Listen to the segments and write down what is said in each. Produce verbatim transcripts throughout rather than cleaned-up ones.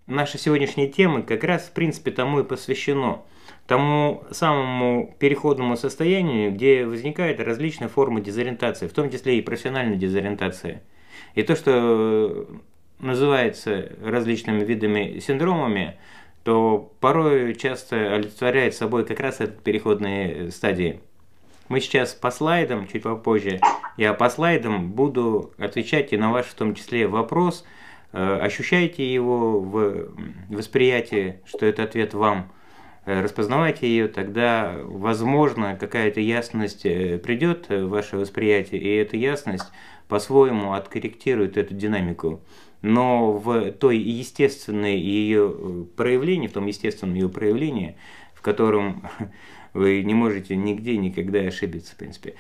наша сегодняшняя тема как раз, в принципе, тому и посвящена. Тому самому переходному состоянию, где возникают различные формы дезориентации, в том числе и профессиональной дезориентации. И то, что называется различными видами синдромами, то порой часто олицетворяет собой как раз этот переходные стадии. Мы сейчас по слайдам, чуть попозже, я по слайдам буду отвечать и на ваш в том числе вопрос. Ощущаете его в восприятии, что это ответ вам, распознавайте ее, тогда, возможно, какая-то ясность придет в ваше восприятие, и эта ясность по-своему откорректирует эту динамику. Но в той естественной ее проявлении, в том естественном ее проявлении, в котором вы не можете нигде никогда ошибиться, в принципе.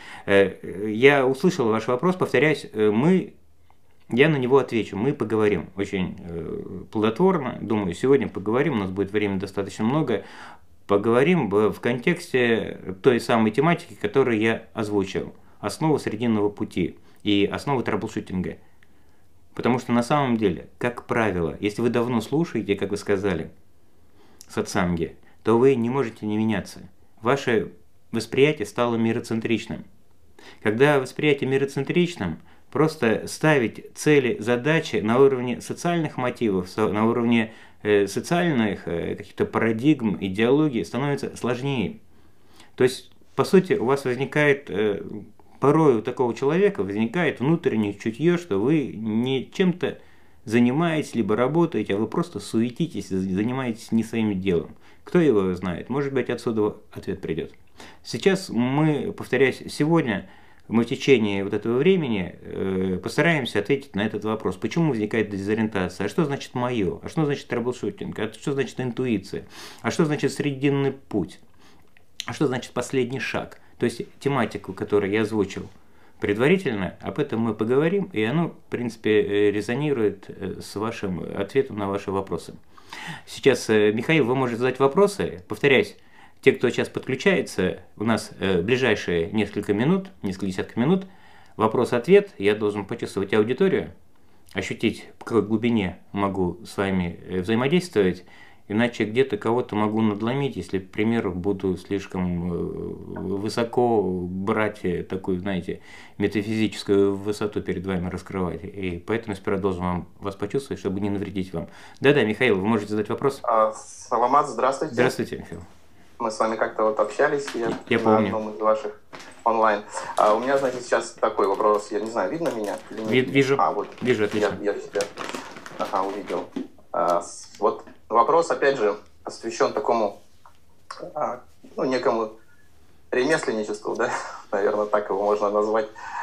Я услышал ваш вопрос, повторяюсь, мы, я на него отвечу, мы поговорим очень плодотворно, думаю, сегодня поговорим, у нас будет времени достаточно много, поговорим в контексте той самой тематики, которую я озвучил, основы срединного пути и основы трэблшутинга. Потому что на самом деле, как правило, если вы давно слушаете, как вы сказали, сатсанги, то вы не можете не меняться. Ваше восприятие стало мироцентричным. Когда восприятие мироцентричным, просто ставить цели, задачи на уровне социальных мотивов, на уровне э, социальных э, каких-то парадигм, идеологий становится сложнее. То есть, по сути, у вас возникает, э, порой у такого человека возникает внутреннее чутье, что вы не чем-то занимаетесь, либо работаете, а вы просто суетитесь, занимаетесь не своим делом. Кто его знает? Может быть, отсюда ответ придет. Сейчас мы, повторяюсь, сегодня мы в течение вот этого времени э, постараемся ответить на этот вопрос. Почему возникает дезориентация? А что значит мое? А что значит трэблшутинг? А что значит интуиция? А что значит срединный путь? А что значит последний шаг? То есть тематику, которую я озвучил предварительно, об этом мы поговорим, и оно, в принципе, резонирует с вашим ответом на ваши вопросы. Сейчас, Михаил, вы можете задать вопросы. Повторяюсь, те, кто сейчас подключается, у нас ближайшие несколько минут, несколько десятков минут, вопрос-ответ. Я должен почувствовать аудиторию, ощутить, в какой глубине могу с вами взаимодействовать, иначе где-то кого-то могу надломить, если, к примеру, буду слишком высоко брать такую, знаете, метафизическую высоту перед вами раскрывать. И поэтому сперва должен вам, вас почувствовать, чтобы не навредить вам. Да-да, Михаил, вы можете задать вопрос? Саламат, здравствуйте. Здравствуйте, Михаил. Мы с вами как-то вот общались, я, я на помню. одном из ваших онлайн. А у меня, знаете, сейчас такой вопрос, я не знаю, видно меня? Или не видно? Вижу, а, вот. вижу, отлично. Я, я тебя ага, увидел. А, вот вопрос, опять же, посвящен такому, а, ну, некому ремесленничеству, да, наверное, так его можно назвать.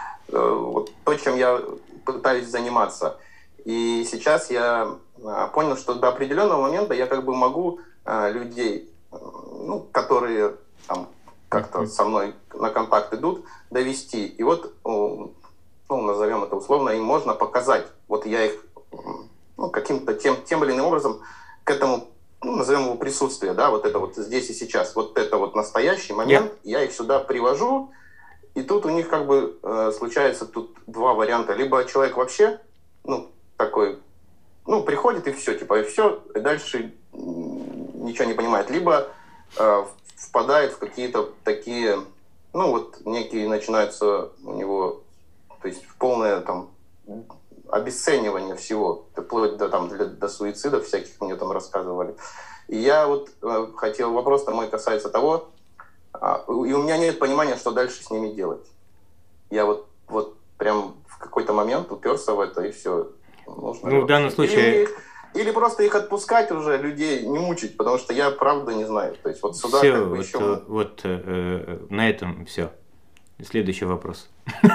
Вот то, чем я пытаюсь заниматься. И сейчас я понял, что до определенного момента я как бы могу а, людей, ну, которые там как-то со мной на контакт идут, довести. И вот, ну, назовем это условно, им можно показать. Вот я их, ну, каким-то тем, тем или иным образом к этому, ну, назовем его присутствие, да, вот это вот здесь и сейчас, вот это вот настоящий момент, yeah. Я их сюда привожу, и тут у них как бы э, случается тут два варианта. Либо человек вообще, ну, такой, ну, приходит и все, типа, и все, и дальше ничего не понимает. Либо э, впадает в какие-то такие, ну, вот некие начинаются у него, то есть в полное там обесценивание всего, вплоть до, там, до, до суицидов всяких мне там рассказывали. И я вот э, хотел, вопрос мой касается того, э, и у меня нет понимания, что дальше с ними делать. Я вот, вот прям в какой-то момент уперся в это, и все. Нужно ну, в данном случае... Или, или просто их отпускать уже, людей, не мучить, потому что я правда не знаю. То есть вот сюда все, как бы вот, еще... Вот э, на этом все. Следующий вопрос.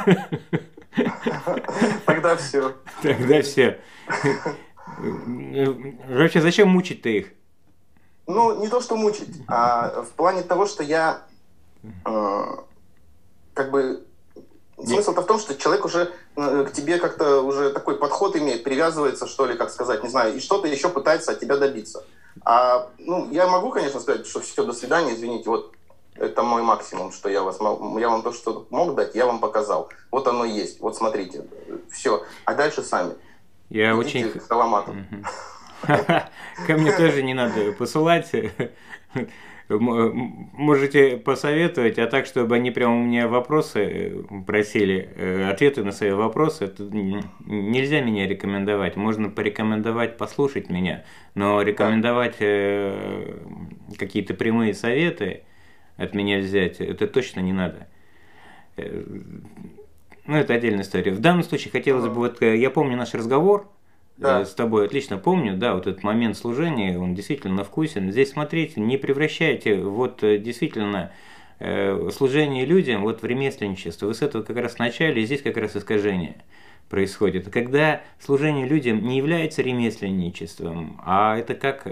Тогда все. Тогда все. Вообще, зачем мучить-то их? Ну, не то, что мучить, а в плане того, что я э, как бы... Смысл-то в том, что человек уже э, к тебе как-то уже такой подход имеет, привязывается, что ли, как сказать, не знаю, и что-то еще пытается от тебя добиться. А, ну, я могу, конечно, сказать, что все, до свидания, извините, вот это мой максимум, что я, вас, я вам то, что мог дать, я вам показал. Вот оно есть, вот смотрите, все. А дальше сами. Я идите очень... к Саламату. ко мне тоже не надо посылать. Можете посоветовать, а так, чтобы они прямо у меня вопросы просили, ответы на свои вопросы. Это нельзя меня рекомендовать. Можно порекомендовать послушать меня, но рекомендовать какие-то прямые советы от меня взять, это точно не надо. Ну, это отдельная история. В данном случае хотелось бы, вот я помню наш разговор, да. С тобой отлично помню, да, вот этот момент служения, он действительно вкусен. Здесь, смотрите, не превращайте вот действительно э, служение людям вот в ремесленничество. Вы с этого как раз начали, и здесь как раз искажение происходит. Когда служение людям не является ремесленничеством, а это как...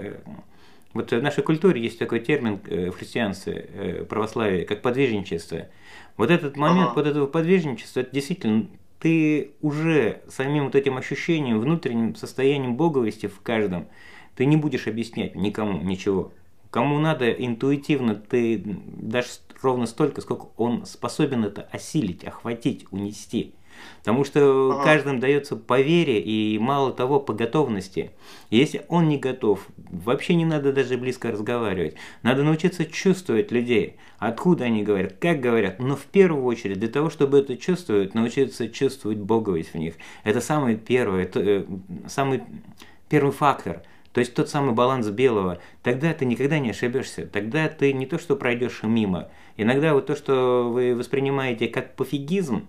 Вот в нашей культуре есть такой термин в христианстве, православии, как подвижничество. Вот этот момент, ага. вот этого подвижничества, это действительно... Ты уже самим вот этим ощущением, внутренним состоянием боговости в каждом, ты не будешь объяснять никому ничего. Кому надо, интуитивно ты дашь ровно столько, сколько он способен это осилить, охватить, унести. Потому что ага. каждому дается по вере и, мало того, по готовности. Если он не готов, вообще не надо даже близко разговаривать. Надо научиться чувствовать людей, откуда они говорят, как говорят. Но в первую очередь, для того, чтобы это чувствовать, научиться чувствовать боговость в них. Это самый первый, это, самый первый фактор. То есть тот самый баланс белого. Тогда ты никогда не ошибешься. Тогда ты не то, что пройдешь мимо. Иногда вот то, что вы воспринимаете как пофигизм,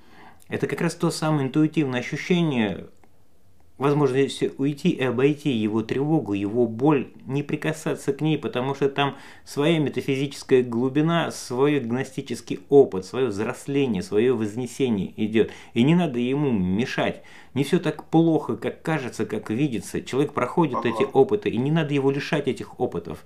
это как раз то самое интуитивное ощущение, возможность уйти и обойти его тревогу, его боль, не прикасаться к ней, потому что там своя метафизическая глубина, свой гностический опыт, свое взросление, свое вознесение идет. И не надо ему мешать. Не все так плохо, как кажется, как видится. Человек проходит ага. эти опыты, и не надо его лишать этих опытов.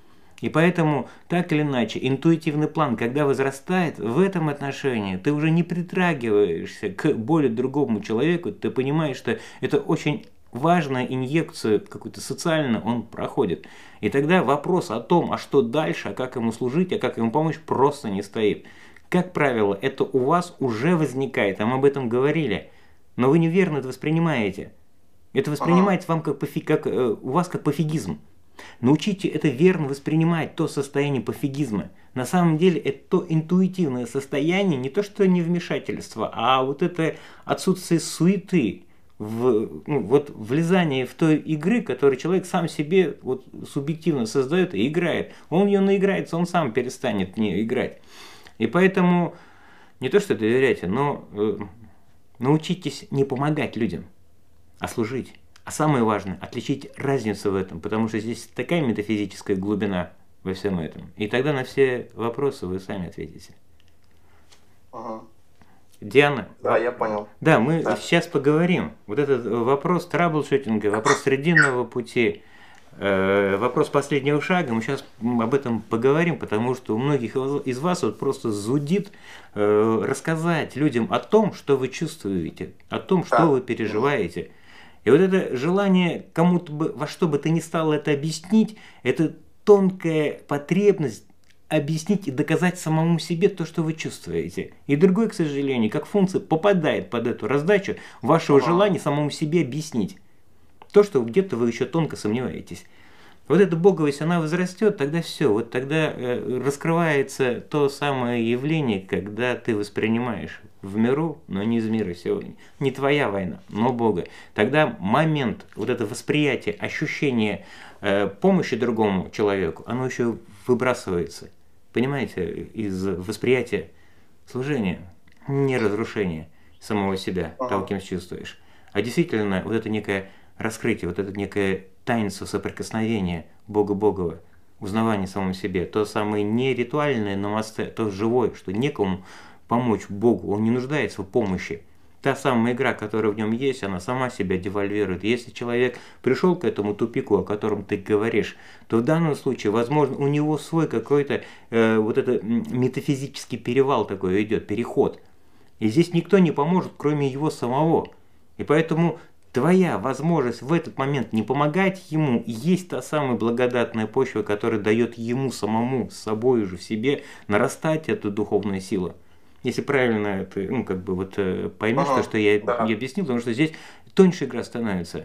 И поэтому, так или иначе, интуитивный план, когда возрастает, в этом отношении ты уже не притрагиваешься к более другому человеку, ты понимаешь, что это очень важная инъекция, какую-то социальную он проходит. И тогда вопрос о том, а что дальше, а как ему служить, а как ему помочь, просто не стоит. Как правило, это у вас уже возникает, а мы об этом говорили, но вы неверно это воспринимаете. Это воспринимается вам как, пофи, как э, у вас как пофигизм. Научите это верно воспринимать, то состояние пофигизма. На самом деле это то интуитивное состояние, не то что невмешательство, а вот это отсутствие суеты, в, ну, вот влезание в той игры, которую человек сам себе вот субъективно создает и играет. Он в нее наиграется, он сам перестанет в нее играть. И поэтому не то что доверяйте, но э, научитесь не помогать людям, а служить. А самое важное, отличить разницу в этом, потому что здесь такая метафизическая глубина во всем этом. И тогда на все вопросы вы сами ответите. Ага. Диана. Да, я понял. Да, мы да. сейчас поговорим. Вот этот вопрос траблшутинга, вопрос срединного пути, э, вопрос последнего шага, мы сейчас об этом поговорим, потому что у многих из вас вот просто зудит э, рассказать людям о том, что вы чувствуете, о том, что да. вы переживаете. И вот это желание кому-то бы, во что бы то ни стало это объяснить, это тонкая потребность объяснить и доказать самому себе то, что вы чувствуете. И другой, к сожалению, как функция попадает под эту раздачу вашего ага. желания самому себе объяснить то, что где-то вы еще тонко сомневаетесь. Вот эта боговость, она возрастет, тогда все, вот тогда э, раскрывается то самое явление, когда ты воспринимаешь в миру, но не из мира сегодня. Не твоя война, но Бога. Тогда момент, вот это восприятие, ощущение э, помощи другому человеку, оно еще выбрасывается, понимаете, из восприятия служения, не разрушения самого себя, того, кем чувствуешь, а действительно вот это некое раскрытие, вот это некое таинство соприкосновения Бога-Богова, узнавание самому себе, то самое не ритуальное намасте, то живое, что некому помочь Богу, он не нуждается в помощи. Та самая игра, которая в нем есть, она сама себя девальвирует. Если человек пришел к этому тупику, о котором ты говоришь, то в данном случае, возможно, у него свой какой-то э, вот это метафизический перевал такой идет, переход. И здесь никто не поможет, кроме его самого. И поэтому твоя возможность в этот момент не помогать ему, есть та самая благодатная почва, которая дает ему самому, с собой уже в себе, нарастать эту духовную силу. Если правильно это, ну, как бы вот поймешь ага, то, что я, да. я объяснил, потому что здесь тоньше игра становится.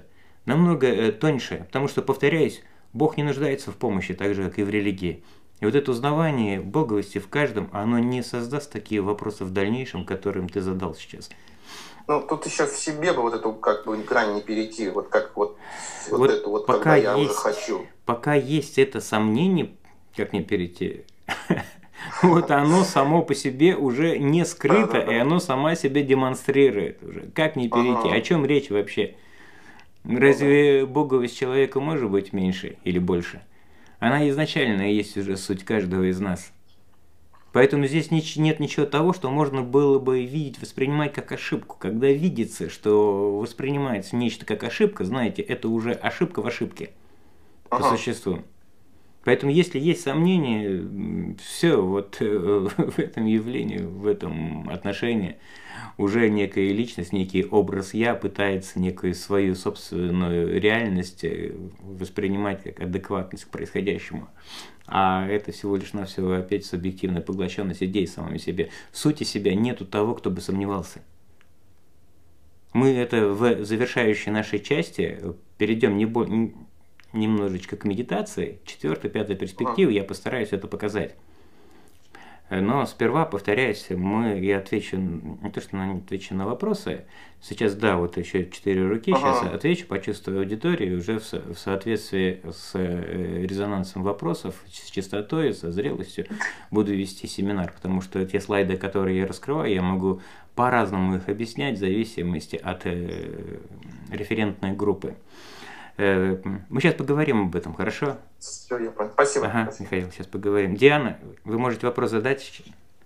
намного тоньше, потому что, повторяюсь, Бог не нуждается в помощи, так же, как и в религии. И вот это узнавание боговости в каждом, оно не создаст такие вопросы в дальнейшем, которым ты задал сейчас. Ну, тут еще в себе бы вот эту как бы грань не перейти, вот как вот, вот, вот эту вот, пока когда я есть, уже хочу. Пока есть это сомнение, как не перейти, вот оно само по себе уже не скрыто, и оно сама себя демонстрирует уже. Как не перейти? О чем речь вообще? Разве боговость человека может быть меньше или больше? Она изначально есть уже суть каждого из нас. Поэтому здесь нет ничего того, что можно было бы видеть, воспринимать как ошибку. Когда видится, что воспринимается нечто как ошибка, знаете, это уже ошибка в ошибке по ага. существу. Поэтому если есть сомнения, все, вот в этом явлении, в этом отношении уже некая личность, некий образ «я» пытается некую свою собственную реальность воспринимать как адекватность к происходящему. А это всего лишь навсего опять субъективная поглощенность идей самому себе. В сути себя нету того, кто бы сомневался. Мы это в завершающей нашей части перейдем не более... немножечко к медитации, четвертая, пятая перспектива, я постараюсь это показать. Но сперва, повторяюсь, мы, я отвечу, не то что на, отвечу на вопросы, сейчас, да, вот еще четыре руки, ага. сейчас отвечу, почувствую аудиторию, уже в, в соответствии с резонансом вопросов, с частотой, со зрелостью буду вести семинар, потому что те слайды, которые я раскрываю, я могу по-разному их объяснять в зависимости от э, референтной группы. Мы сейчас поговорим об этом, хорошо? Все, я понял. Спасибо. Ага, Спасибо. Михаил, сейчас поговорим. Диана, вы можете вопрос задать?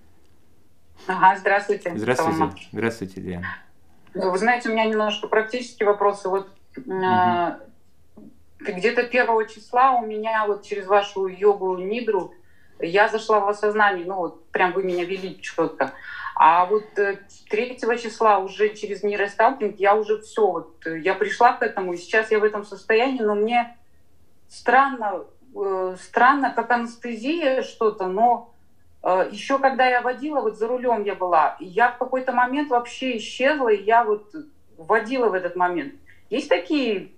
Ага, здравствуйте. Здравствуйте. Саламат. Здравствуйте, Диана. Вы знаете, у меня немножко практические вопросы. Вот угу. где-то первого числа у меня вот через вашу йогу Нидру я зашла в осознание, ну вот прям вы меня вели четко. А вот третьего числа уже через нейросталкинг я уже все, вот я пришла к этому, и сейчас я в этом состоянии, но мне странно, э, странно, как анестезия что-то, но э, еще когда я водила, вот за рулем я была, я в какой-то момент вообще исчезла, и я вот водила в этот момент. Есть такие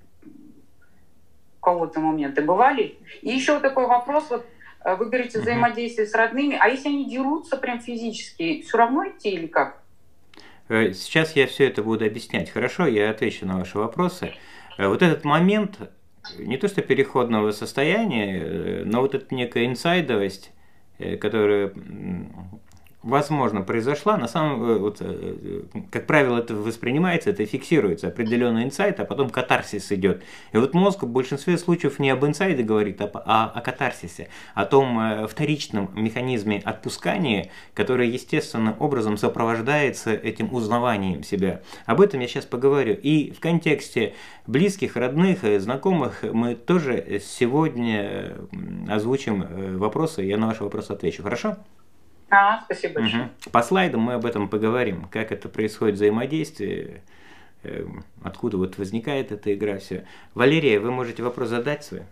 у кого-то моменты, бывали? И еще такой вопрос, вот вы говорите взаимодействие с родными, а если они дерутся прям физически, все равно идти или как? Сейчас я все это буду объяснять. Хорошо, я отвечу на ваши вопросы. Вот этот момент, не то что переходного состояния, но вот эта некая инсайдовость, которая, возможно, произошла, на самом вот, как правило, это воспринимается, это фиксируется, определенный инсайт, а потом катарсис идет. И вот мозг в большинстве случаев не об инсайде говорит, а о, о катарсисе, о том вторичном механизме отпускания, который естественным образом сопровождается этим узнаванием себя. Об этом я сейчас поговорю. И в контексте близких, родных, знакомых мы тоже сегодня озвучим вопросы, я на ваши вопросы отвечу. Хорошо? А, спасибо большое. Угу. По слайдам мы об этом поговорим, как это происходит взаимодействие, э, откуда вот возникает эта игра, все. Валерия, вы можете вопрос задать свой?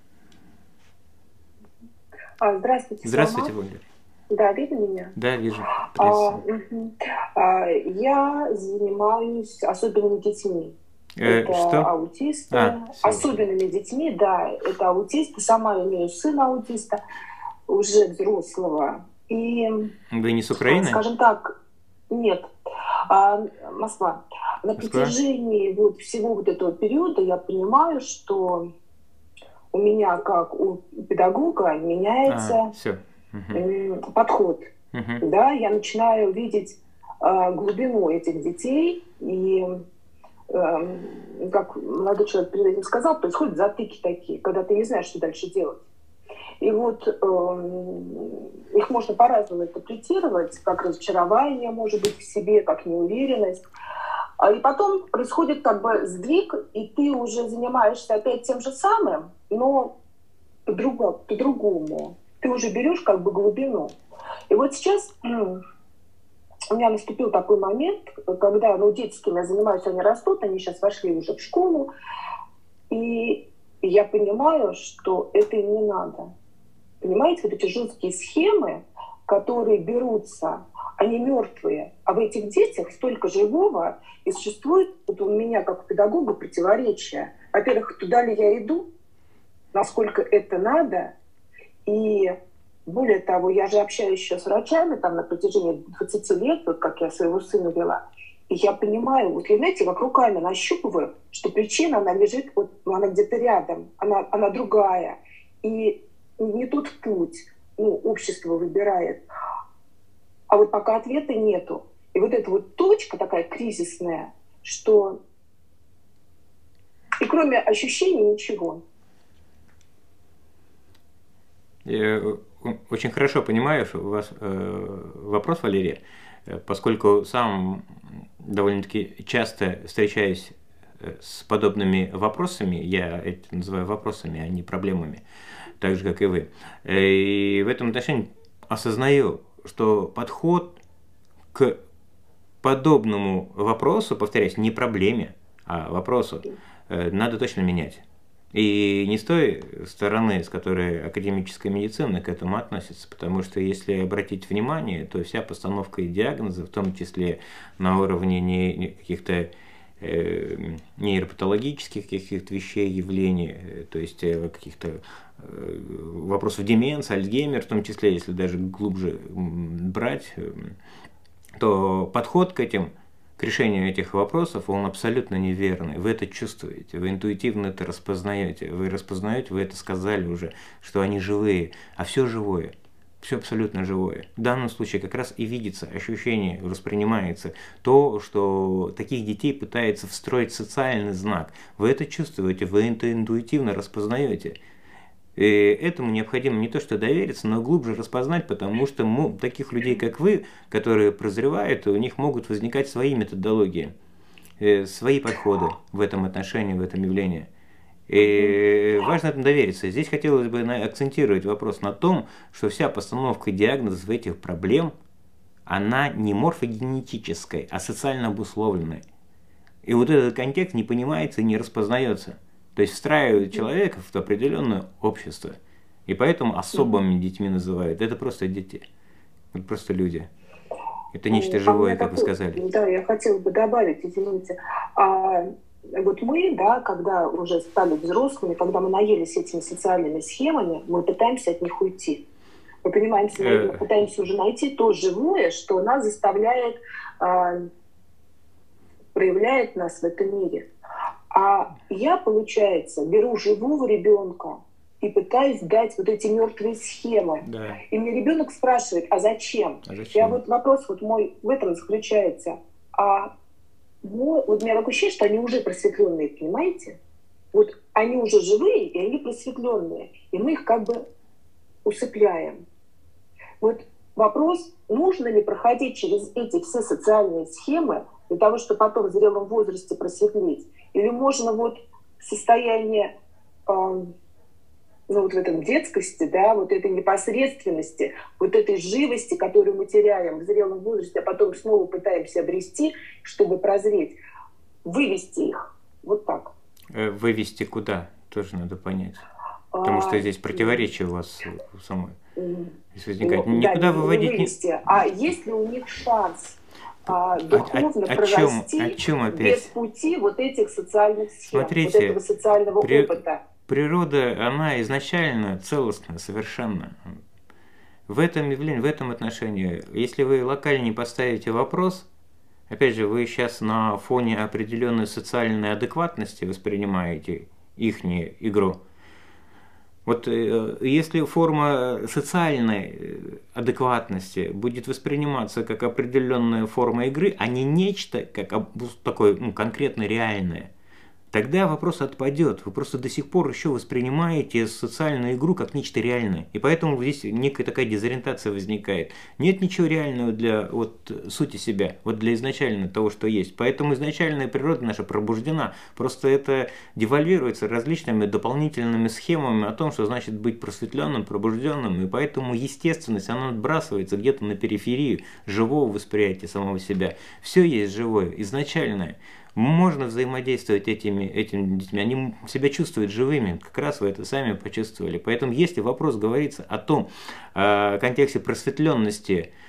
Здравствуйте. Здравствуйте, Валерия. Да, видно меня? Да, вижу. А, угу. а, я занимаюсь особенными детьми. Э, это что? аутисты. А, особенными детьми, да, это аутисты. Сама имею сына аутиста, уже взрослого. И, вы не с Украины? Скажем так, нет, а, Москва. На Москва? протяжении вот всего вот этого периода я понимаю, что у меня, как у педагога, меняется а, угу. подход. Угу. Да, я начинаю видеть а, глубину этих детей, и, а, как молодой человек перед этим сказал, происходят затыки такие, когда ты не знаешь, что дальше делать. И вот э, их можно по-разному интерпретировать, как разочарование, может быть, в себе, как неуверенность. И потом происходит как бы сдвиг, и ты уже занимаешься опять тем же самым, но по-другому. по-другому. Ты уже берешь как бы глубину. И вот сейчас э, у меня наступил такой момент, когда ну, дети, с кем я занимаюсь, они растут, они сейчас вошли уже в школу, и я понимаю, что это им не надо. Понимаете, вот эти жесткие схемы, которые берутся, они мертвые, а в этих детях столько живого, и существует вот у меня, как у педагога, противоречие. во-первых, туда ли я иду, насколько это надо, и более того, я же общаюсь еще с врачами там на протяжении двадцати лет, вот как я своего сына вела, и я понимаю, вот я, знаете, как руками нащупываю, что причина, она лежит, вот, ну, она где-то рядом, она, она другая, и не тот путь, ну, общество выбирает, а вот пока ответа нету. И вот эта вот точка такая кризисная, что и кроме ощущений ничего. Я очень хорошо понимаю у вас э, вопрос, Валерия, поскольку сам довольно-таки часто встречаюсь с подобными вопросами, я это называю вопросами, а не проблемами, так же, как и вы. И в этом отношении осознаю, что подход к подобному вопросу, повторяюсь, не проблеме, а вопросу, надо точно менять. И не с той стороны, с которой академическая медицина к этому относится, потому что если обратить внимание, то вся постановка диагноза, в том числе на уровне не каких-то э, нейропатологических каких-то вещей, явлений, то есть каких-то э, вопросов деменции, Альцгеймер, в том числе, если даже глубже брать, то подход к этим к решению этих вопросов, он абсолютно неверный. Вы это чувствуете, вы интуитивно это распознаете. Вы распознаете, вы это сказали уже, что они живые, а все живое, все абсолютно живое. В данном случае как раз и видится ощущение, воспринимается то, что таких детей пытается встроить социальный знак. Вы это чувствуете, вы это интуитивно распознаете. И этому необходимо не то что довериться, но глубже распознать, потому что мы, таких людей, как вы, которые прозревают, у них могут возникать свои методологии, свои подходы в этом отношении, в этом явлении. И важно этому довериться. Здесь хотелось бы акцентировать вопрос на том, что вся постановка диагнозов этих проблем, она не морфогенетическая, а социально обусловленная. И вот этот контекст не понимается и не распознается. То есть встраивают человека в определенное общество. И поэтому особыми детьми называют. Это просто дети. Это просто люди. Это нечто а живое, как такой, вы сказали. Да, я хотела бы добавить, извините. А, вот мы, да, когда уже стали взрослыми, когда мы наелись этими социальными схемами, мы пытаемся от них уйти. Мы понимаем, мы пытаемся уже найти то живое, что нас заставляет, а, проявляет нас в этом мире. А я, получается, беру живого ребенка и пытаюсь дать вот эти мертвые схемы. Да. И мне ребенок спрашивает, а зачем? А зачем? Я вот вопрос вот мой в этом заключается. А мой, вот у меня такое ощущение, что они уже просветленные, понимаете? Вот они уже живые, и они просветленные. И мы их как бы усыпляем. Вот вопрос, нужно ли проходить через эти все социальные схемы для того, чтобы потом в зрелом возрасте просветлеть? Или можно вот состояние, э, ну вот в этом детскости, да, вот этой непосредственности, вот этой живости, которую мы теряем в зрелом возрасте, а потом снова пытаемся обрести, чтобы прозреть, вывести их. Вот так. Вывести куда? Тоже надо понять. Потому что здесь противоречие у вас самой. Здесь возникает. Ну, Никуда да, выводить не вывести. А есть ли у них шанс А, духовно о, о, прорасти о чем, о чем без пути вот этих социальных схем, Смотрите, вот этого социального при, опыта. Природа, она изначально целостна, совершенно. В этом явлении, в этом отношении, если вы локально не поставите вопрос, опять же, вы сейчас на фоне определенной социальной адекватности воспринимаете ихнюю игру. Вот если форма социальной адекватности будет восприниматься как определенная форма игры, а не нечто, как такое ну, конкретно реальное, тогда вопрос отпадет. Вы просто до сих пор еще воспринимаете социальную игру как нечто реальное. И поэтому здесь некая такая дезориентация возникает. Нет ничего реального для вот, сути себя, вот для изначально того, что есть. Поэтому изначальная природа наша пробуждена. Просто это девальвируется различными дополнительными схемами о том, что значит быть просветленным, пробужденным. И поэтому естественность, она отбрасывается где-то на периферию живого восприятия самого себя. Все есть живое, изначальное. Можно взаимодействовать этими, этими детьми, они себя чувствуют живыми, как раз вы это сами почувствовали. Поэтому если вопрос говорится о том, о контексте просветленности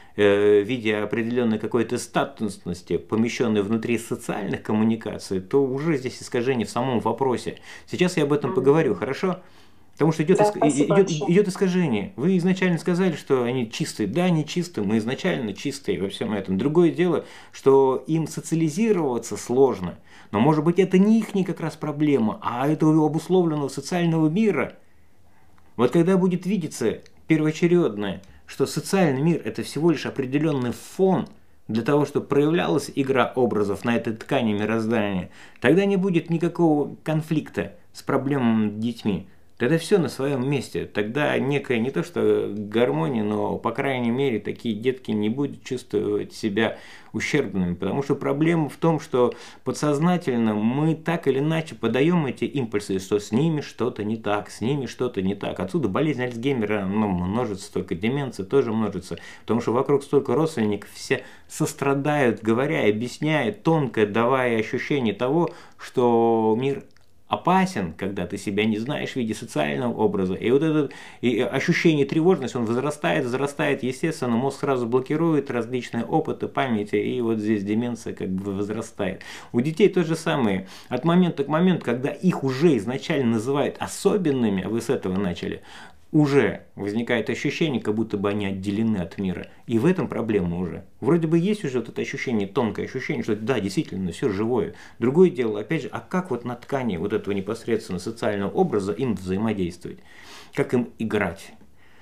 э, в виде определенной какой-то статусности, помещенной внутри социальных коммуникаций, то уже здесь искажение в самом вопросе. Сейчас я об этом поговорю, хорошо? Потому что идет, Да, иск... идет, большое. идет искажение. Вы изначально сказали, что они чистые. Да, они чистые, мы изначально чистые во всем этом. Другое дело, что им социализироваться сложно. Но может быть это не их как раз проблема, а это у обусловленного социального мира. Вот когда будет видеться первоочередное, что социальный мир это всего лишь определенный фон для того, чтобы проявлялась игра образов на этой ткани мироздания, тогда не будет никакого конфликта с проблемами детьми. Тогда все на своем месте. Тогда некая не то что гармония, но по крайней мере такие детки не будут чувствовать себя ущербными. Потому что проблема в том, что подсознательно мы так или иначе подаем эти импульсы, что с ними что-то не так, с ними что-то не так. Отсюда болезнь Альцгеймера ну, множится, только деменция тоже множится. Потому что вокруг столько родственников, все сострадают, говоря, объясняя, тонко давая ощущение того, что мир опасен, когда ты себя не знаешь в виде социального образа. И вот это и ощущение тревожности, он возрастает, возрастает, естественно, мозг сразу блокирует различные опыты, памяти, и вот здесь деменция как бы возрастает. У детей то же самое. От момента к моменту, когда их уже изначально называют особенными, а вы с этого начали, уже возникает ощущение, как будто бы они отделены от мира. И в этом проблема уже. Вроде бы есть уже вот это ощущение, тонкое ощущение, что да, действительно, все живое. Другое дело, опять же, а как вот на ткани вот этого непосредственно социального образа им взаимодействовать? Как им играть?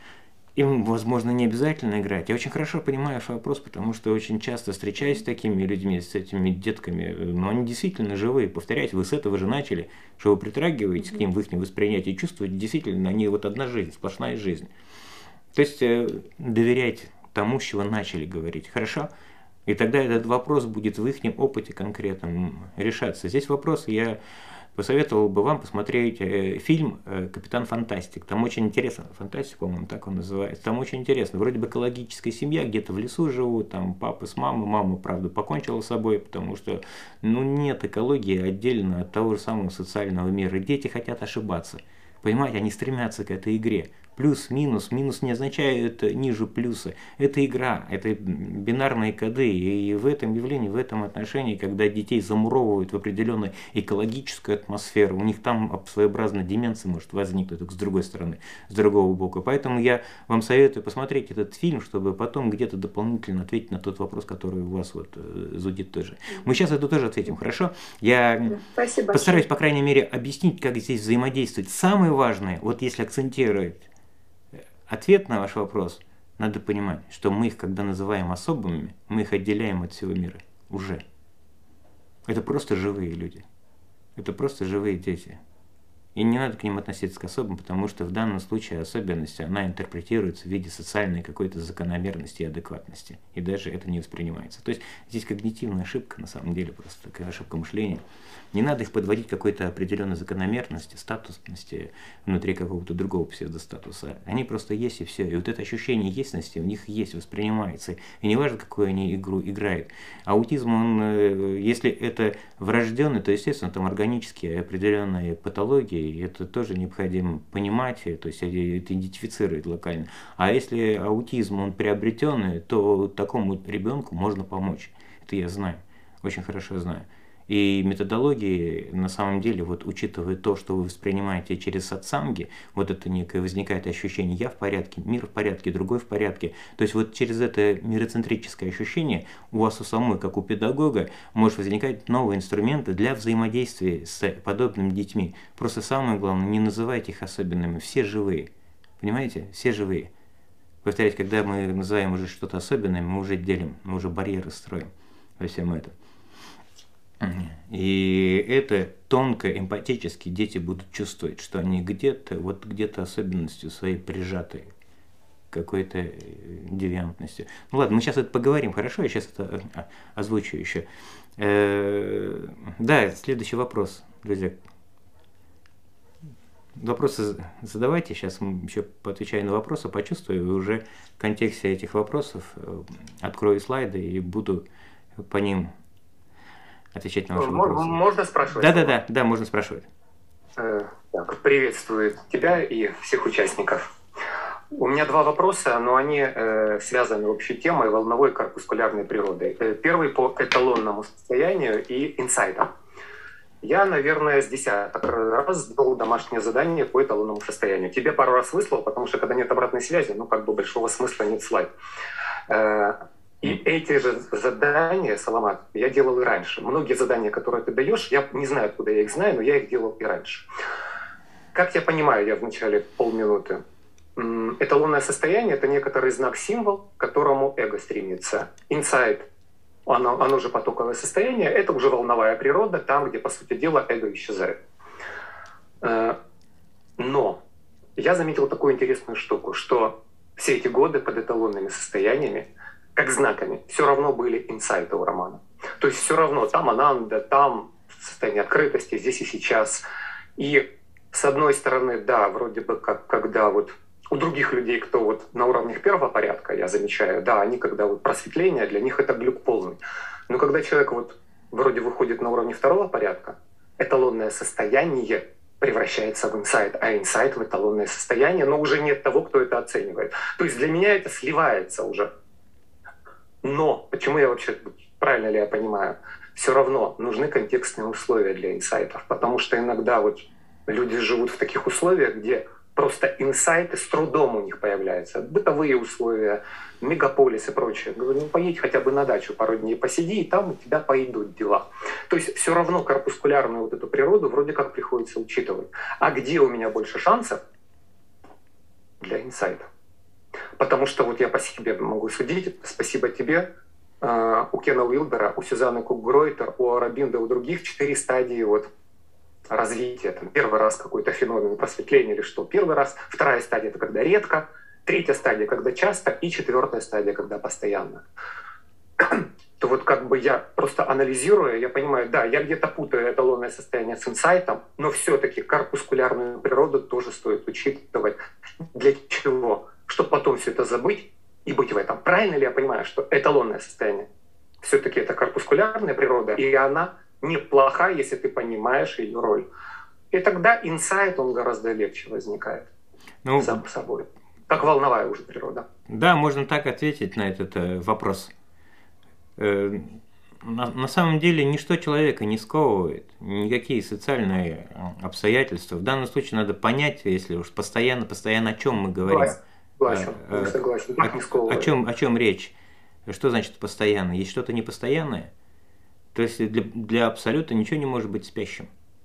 Им, возможно, не обязательно играть. Я очень хорошо понимаю ваш вопрос, потому что очень часто встречаюсь с такими людьми, с этими детками, но они действительно живые. Повторяйте, вы с этого же начали, что вы притрагиваетесь к ним в их восприятии, чувствуете, действительно, они вот одна жизнь, сплошная жизнь. То есть доверяйте тому, с чего начали говорить, хорошо? И тогда этот вопрос будет в их опыте конкретном решаться. Здесь вопрос, я посоветовал бы вам посмотреть э, фильм э, «Капитан Фантастик». Там очень интересно, фантастик, по-моему, так он называется. Там очень интересно. Вроде бы экологическая семья, где-то в лесу живут, там папа с мамой. Мама, правда, покончила с собой, потому что ну, нет экологии отдельно от того же самого социального мира. Дети хотят ошибаться. Понимаете, они стремятся к этой игре. Плюс, минус. Минус не означает ниже плюса. Это игра, это бинарные коды. И в этом явлении, в этом отношении, когда детей замуровывают в определенную экологическую атмосферу, у них там своеобразная деменция может возникнуть, только с другой стороны, с другого бока. Поэтому я вам советую посмотреть этот фильм, чтобы потом где-то дополнительно ответить на тот вопрос, который у вас вот зудит тоже. Мы сейчас это тоже ответим, хорошо? Я Спасибо постараюсь, большое. по крайней мере, объяснить, как здесь взаимодействовать. Самое важное, вот если акцентировать ответ на ваш вопрос, надо понимать, что мы их, когда называем особыми, мы их отделяем от всего мира. Уже. Это просто живые люди. Это просто живые дети. И не надо к ним относиться к особым, потому что в данном случае особенность, она интерпретируется в виде социальной какой-то закономерности и адекватности. И даже это не воспринимается. То есть здесь когнитивная ошибка, на самом деле, просто такая ошибка мышления. Не надо их подводить к какой-то определенной закономерности, статусности внутри какого-то другого псевдостатуса. Они просто есть и все. И вот это ощущение естности у них есть, воспринимается. И не важно, какую они игру играют. Аутизм, он, если это врожденный, то, естественно, там органические определенные патологии, и это тоже необходимо понимать, то есть это идентифицировать локально. А если аутизм, он приобретенный, то такому ребенку можно помочь. Это я знаю, очень хорошо знаю. И методологии, на самом деле, вот учитывая то, что вы воспринимаете через сатсанги, вот это некое возникает ощущение «я в порядке», «мир в порядке», «другой в порядке». То есть вот через это мироцентрическое ощущение у вас у самой, как у педагога, может возникать новые инструменты для взаимодействия с подобными детьми. Просто самое главное, не называйте их особенными, все живые. Понимаете? Все живые. Повторяйте, когда мы называем уже что-то особенное, мы уже делим, мы уже барьеры строим во всем этом. И это тонко, эмпатически дети будут чувствовать, что они где-то, вот где-то особенностью своей прижатой какой-то девиантностью. Ну ладно, мы сейчас это поговорим, хорошо? Я сейчас это озвучу еще. Да, следующий вопрос, друзья. Вопросы задавайте, сейчас еще поотвечаю на вопросы, почувствую, и уже в контексте этих вопросов открою слайды и буду по ним отвечать на ваши вопросы. Можно спрашивать? Да, да, да, да, можно спрашивать. Приветствую тебя и всех участников. У меня два вопроса, но они э, связаны общей темой волновой корпускулярной природы. Э, первый по эталонному состоянию и инсайтам. Я, наверное, с десяток раз сделал домашнее задание по эталонному состоянию. Тебе пару раз выслал, потому что когда нет обратной связи, ну как бы большого смысла нет слайд. Э, и эти же задания, Саламат, я делал и раньше. Многие задания, которые ты даешь, я не знаю, откуда я их знаю, но я их делал и раньше. Как я понимаю, я в начале полминуты, эталонное состояние — это некоторый знак-символ, к которому эго стремится. Инсайт, оно, оно же потоковое состояние, это уже волновая природа, там, где, по сути дела, эго исчезает. Но я заметил такую интересную штуку, что все эти годы под эталонными состояниями, как знаками, все равно были инсайты у Романа. То есть все равно там ананда, там состояние открытости, здесь и сейчас. И с одной стороны, да, вроде бы как когда вот у других людей, кто вот на уровнях первого порядка, я замечаю, да, они когда вот просветление, для них это глюк полный. Но когда человек вот вроде выходит на уровне второго порядка, эталонное состояние превращается в инсайт, а инсайт в эталонное состояние, но уже нет того, кто это оценивает. То есть для меня это сливается уже. Но почему я вообще, правильно ли я понимаю, все равно нужны контекстные условия для инсайтов, потому что иногда вот люди живут в таких условиях, где просто инсайты с трудом у них появляются. Бытовые условия, мегаполис и прочее. Говорю, ну поедь хотя бы на дачу пару дней посиди, и там у тебя пойдут дела. То есть все равно корпускулярную вот эту природу вроде как приходится учитывать. А где у меня больше шансов? Для инсайта. Потому что вот я по себе могу судить, спасибо тебе, у Кена Уилбера, у Сюзанны Кук-Гройтер, у Арабинда, у других четыре стадии вот развития. Там, первый раз какой-то феномен просветления или что. Первый раз. Вторая стадия — это когда редко. Третья стадия — когда часто. И четвертая стадия — когда постоянно. То вот как бы я просто анализируя, я понимаю, да, я где-то путаю эталонное состояние с инсайтом, но все-таки корпускулярную природу тоже стоит учитывать. Для чего? Чтобы потом все это забыть и быть в этом. Правильно ли я понимаю, что эталонное состояние все-таки это корпускулярная природа, и она неплоха, если ты понимаешь ее роль. И тогда инсайт, он гораздо легче возникает ну, сам собой. Как волновая уже природа. Да, можно так ответить на этот э, вопрос. Э, на, на самом деле ничто человека не сковывает, никакие социальные обстоятельства. В данном случае надо понять, если уж постоянно, постоянно о чем мы говорим. Согласен, э, э, согласен. О, не сковывает. О чем, о чем речь? Что значит постоянно? Есть что-то непостоянное? То есть для, для абсолюта ничего не может быть спящим.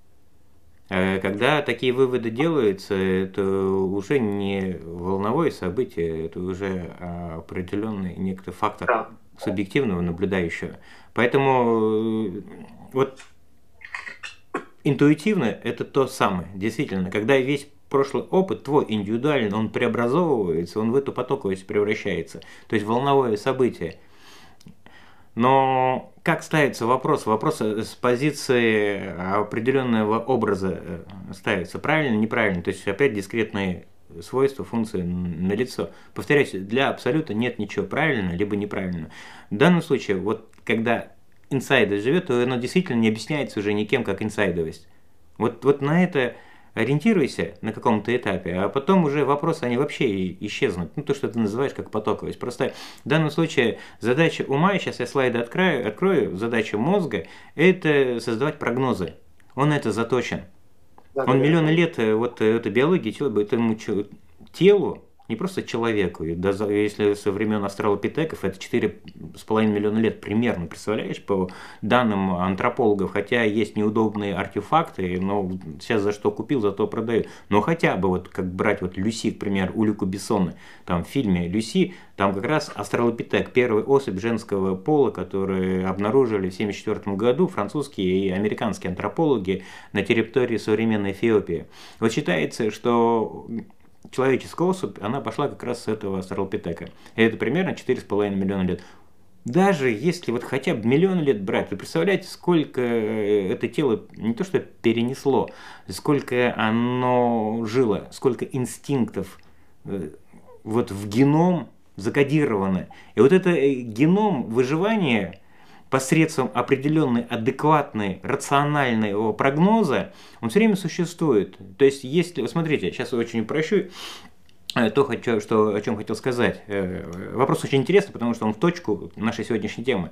Когда такие выводы делаются, это уже не волновое событие, это уже определенный некий фактор да. субъективного наблюдающего. Поэтому вот интуитивно это то самое, действительно, когда весь прошлый опыт твой индивидуальный, он преобразовывается, он в эту потоковость превращается, то есть волновое событие. Но как ставится вопрос? Вопрос с позиции определенного образа ставится. Правильно, неправильно? То есть опять дискретные свойства, функции налицо. Повторяюсь, для абсолюта нет ничего правильного, либо неправильного. В данном случае, вот когда инсайдер живет, то оно действительно не объясняется уже никем как инсайдовость. Вот, вот на это ориентируйся на каком-то этапе, а потом уже вопросы, они вообще исчезнут. Ну, то, что ты называешь как потоковость. Просто в данном случае задача ума, сейчас я слайды открою, открою, задача мозга – это создавать прогнозы. Он на это заточен. Да, Он да, миллионы да. лет, вот эта биология, этому телу, не просто человеку, если со времен австралопитеков, это четыре с половиной миллиона лет примерно, представляешь, по данным антропологов, хотя есть неудобные артефакты, но сейчас за что купил, за то продаю. Но хотя бы, вот как брать вот Люси, к примеру, у Люка Бессона, там в фильме Люси, там как раз австралопитек, первая особь женского пола, которую обнаружили в семьдесят четвёртом году французские и американские антропологи на территории современной Эфиопии. Вот считается, что человеческая особь, она пошла как раз с этого австралопитека. И это примерно четыре с половиной миллиона лет. Даже если вот хотя бы миллион лет брать, вы представляете, сколько это тело не то что перенесло, сколько оно жило, сколько инстинктов вот в геном закодировано. И вот это геном выживания посредством определенной адекватной, рационального прогноза, он все время существует. То есть, если, смотрите, сейчас очень упрощу, то, что, о чем хотел сказать. Вопрос очень интересный, потому что он в точку нашей сегодняшней темы.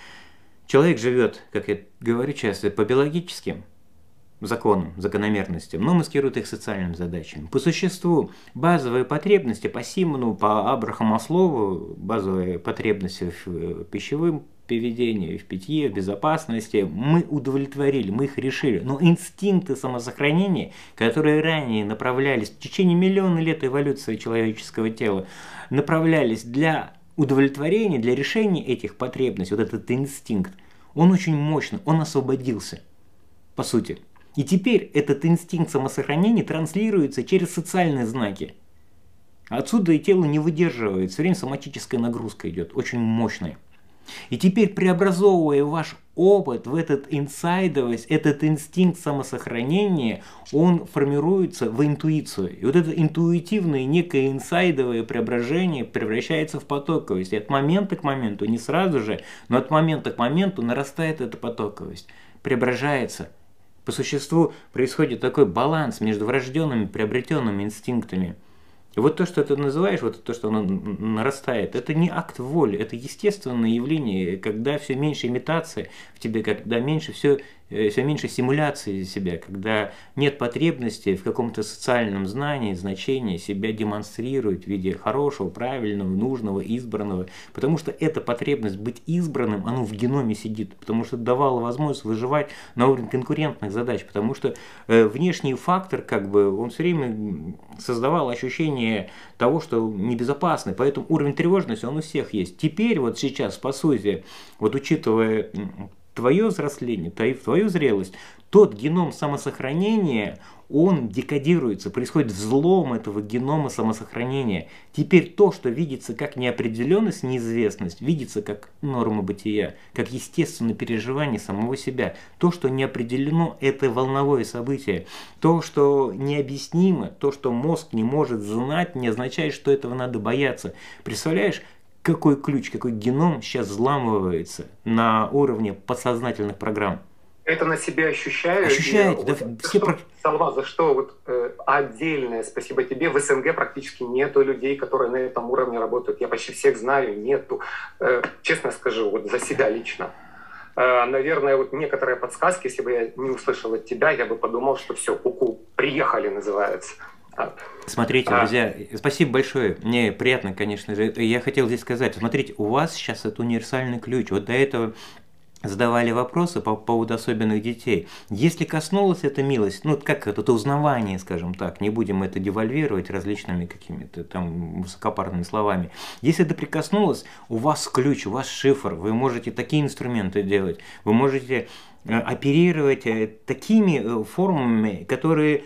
Человек живет, как я говорю часто, по биологическим законам, закономерностям, но маскирует их социальным задачам. По существу базовые потребности по Симону, по Абрахаму Маслову, базовые потребности в пищевом поведении, в питье, в безопасности, мы удовлетворили, мы их решили. Но инстинкты самосохранения, которые ранее направлялись в течение миллиона лет эволюции человеческого тела, направлялись для удовлетворения, для решения этих потребностей, вот этот инстинкт, он очень мощный, он освободился, по сути. И теперь этот инстинкт самосохранения транслируется через социальные знаки. Отсюда и тело не выдерживает, все время соматическая нагрузка идет, очень мощная. И теперь, преобразовывая ваш опыт в этот инсайдовость, этот инстинкт самосохранения, он формируется в интуицию. И вот это интуитивное, некое инсайдовое преображение превращается в потоковость. И от момента к моменту, не сразу же, но от момента к моменту нарастает эта потоковость, преображается. По существу происходит такой баланс между врожденными и приобретенными инстинктами. И вот то, что ты называешь, вот то, что оно нарастает, это не акт воли, это естественное явление, когда все меньше имитации в тебе, когда меньше все, все меньше стимуляции себя, когда нет потребности в каком-то социальном знании, значении себя демонстрировать в виде хорошего, правильного, нужного, избранного. Потому что эта потребность быть избранным, оно в геноме сидит, потому что давало возможность выживать на уровне конкурентных задач, потому что э, внешний фактор, как бы, он все время создавал ощущение того, что небезопасно, поэтому уровень тревожности он у всех есть. Теперь вот сейчас, по сути, вот учитывая твое взросление, твою зрелость, тот геном самосохранения, он декодируется, происходит взлом этого генома самосохранения. Теперь то, что видится как неопределенность, неизвестность, видится как норма бытия, как естественное переживание самого себя. То, что не определено, это волновое событие. То, что необъяснимо, то, что мозг не может знать, не означает, что этого надо бояться. Представляешь, какой ключ, какой геном сейчас взламывается на уровне подсознательных программ? Это на себя ощущаю. Ощущаете, да, вот, все что, про... Салва, за что вот, э, отдельное спасибо тебе. В СНГ практически нету людей, которые на этом уровне работают. Я почти всех знаю, нету. Э, честно скажу, вот за себя лично. Э, наверное, вот некоторые подсказки, если бы я не услышал от тебя, я бы подумал, что все, ку-ку, приехали, называется. Смотрите, друзья, спасибо большое. Мне приятно, конечно же. Я хотел здесь сказать, смотрите, у вас сейчас это универсальный ключ. Вот до этого задавали вопросы по поводу особенных детей. Если коснулась эта милость, ну как это, это узнавание, скажем так, не будем это девальвировать различными какими-то там высокопарными словами. Если это прикоснулось, у вас ключ, у вас шифр, вы можете такие инструменты делать, вы можете оперировать такими формами, которые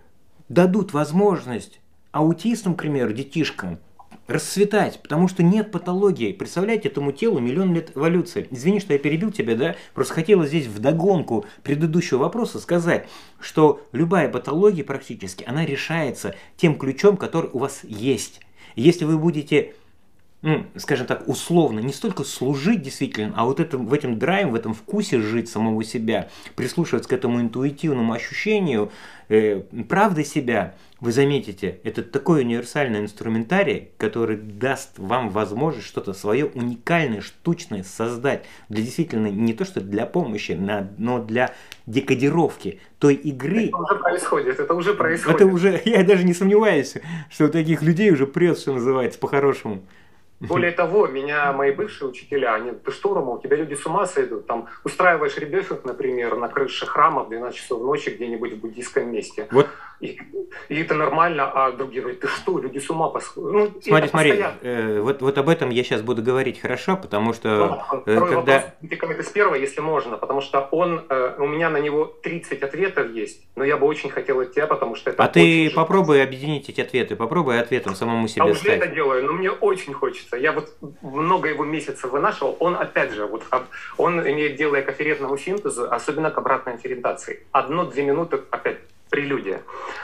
дадут возможность аутистам, к примеру, детишкам, расцветать, потому что нет патологии. Представляете, этому телу миллион лет эволюции. Извини, что я перебил тебя, да? Просто хотела здесь вдогонку предыдущего вопроса сказать, что любая патология практически, она решается тем ключом, который у вас есть. Если вы будете, ну, скажем так, условно, не столько служить действительно, а вот это, в этом драйве, в этом вкусе жить самого себя, прислушиваться к этому интуитивному ощущению э, правды себя, вы заметите, это такой универсальный инструментарий, который даст вам возможность что-то свое уникальное, штучное создать. Для действительно не то, что для помощи, но для декодировки той игры. Это уже происходит, это уже происходит. Это уже, я даже не сомневаюсь, что у таких людей уже прет, что называется, по-хорошему. Более того, меня мои бывшие учителя, они, ты что, Рома, у тебя люди с ума сойдут, там, устраиваешь ребёфинг, например, на крыше храма в двенадцать часов ночи где-нибудь в буддийском месте. Вот. И, и это нормально, а другие говорят, ты что, люди с ума посходят. Ну, смотри, смотри, э, вот, вот об этом я сейчас буду говорить хорошо, потому что... Ну, э, когда... вопрос, ты с первого, если можно, потому что он, э, у меня на него тридцать ответов есть, но я бы очень хотел от тебя, потому что это... А ты попробуй объединить эти ответы, попробуй ответом самому себе а уже стать. это делаю, но мне очень хочется. Я вот много его месяцев вынашивал, он опять же, вот, он имеет дело к афферентному синтезу, особенно к обратной афферентации. Одно-две минуты опять прелюдия.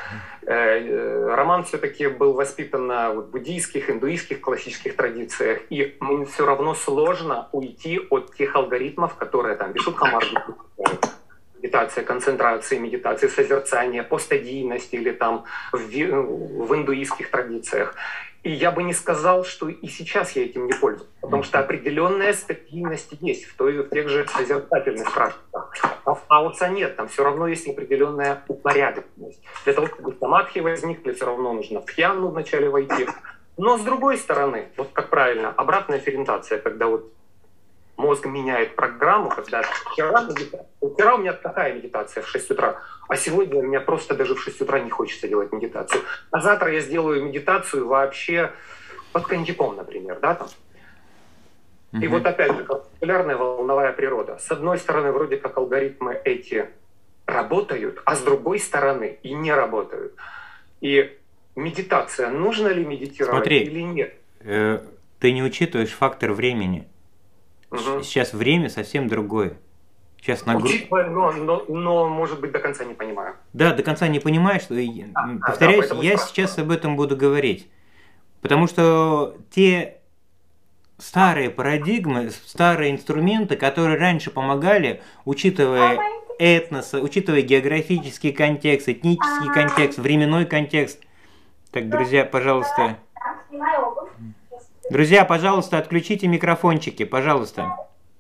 Роман все-таки был воспитан на вот, буддийских, индуистских классических традициях, и мне все равно сложно уйти от тех алгоритмов, которые там Вишудхамарджи, медитация концентрации, медитация созерцания, по стадийности или там в, в индуистских традициях. И я бы не сказал, что и сейчас я этим не пользуюсь, потому что определенная стабильность есть в, той, в тех же созерцательных практиках. А в хаоса нет, там все равно есть определенная упорядоченность. Для того, чтобы самадхи возникли, все равно нужно в дхьяну вначале войти. Но с другой стороны, вот как правильно, обратная ферментация, когда вот мозг меняет программу, когда вчера, вчера у меня такая медитация в шесть утра, а сегодня у меня просто даже в шесть утра не хочется делать медитацию. А завтра я сделаю медитацию вообще под коньяком, например, да, там. Mm-hmm. И вот опять же, популярная волновая природа. С одной стороны, вроде как алгоритмы эти работают, а с другой стороны и не работают. И медитация, нужно ли медитировать Смотри, или нет? Э, ты не учитываешь фактор времени. Угу. Сейчас время совсем другое. Сейчас нагруз... Учитывая, но, но, но, может быть, до конца не понимаю. Да, до конца не понимаешь. А, Повторяюсь, да, я сейчас об этом буду говорить. Потому что те старые парадигмы, старые инструменты, которые раньше помогали, учитывая этнос, учитывая географический контекст, этнический контекст, временной контекст. Так, друзья, пожалуйста... Друзья, пожалуйста, отключите микрофончики, пожалуйста.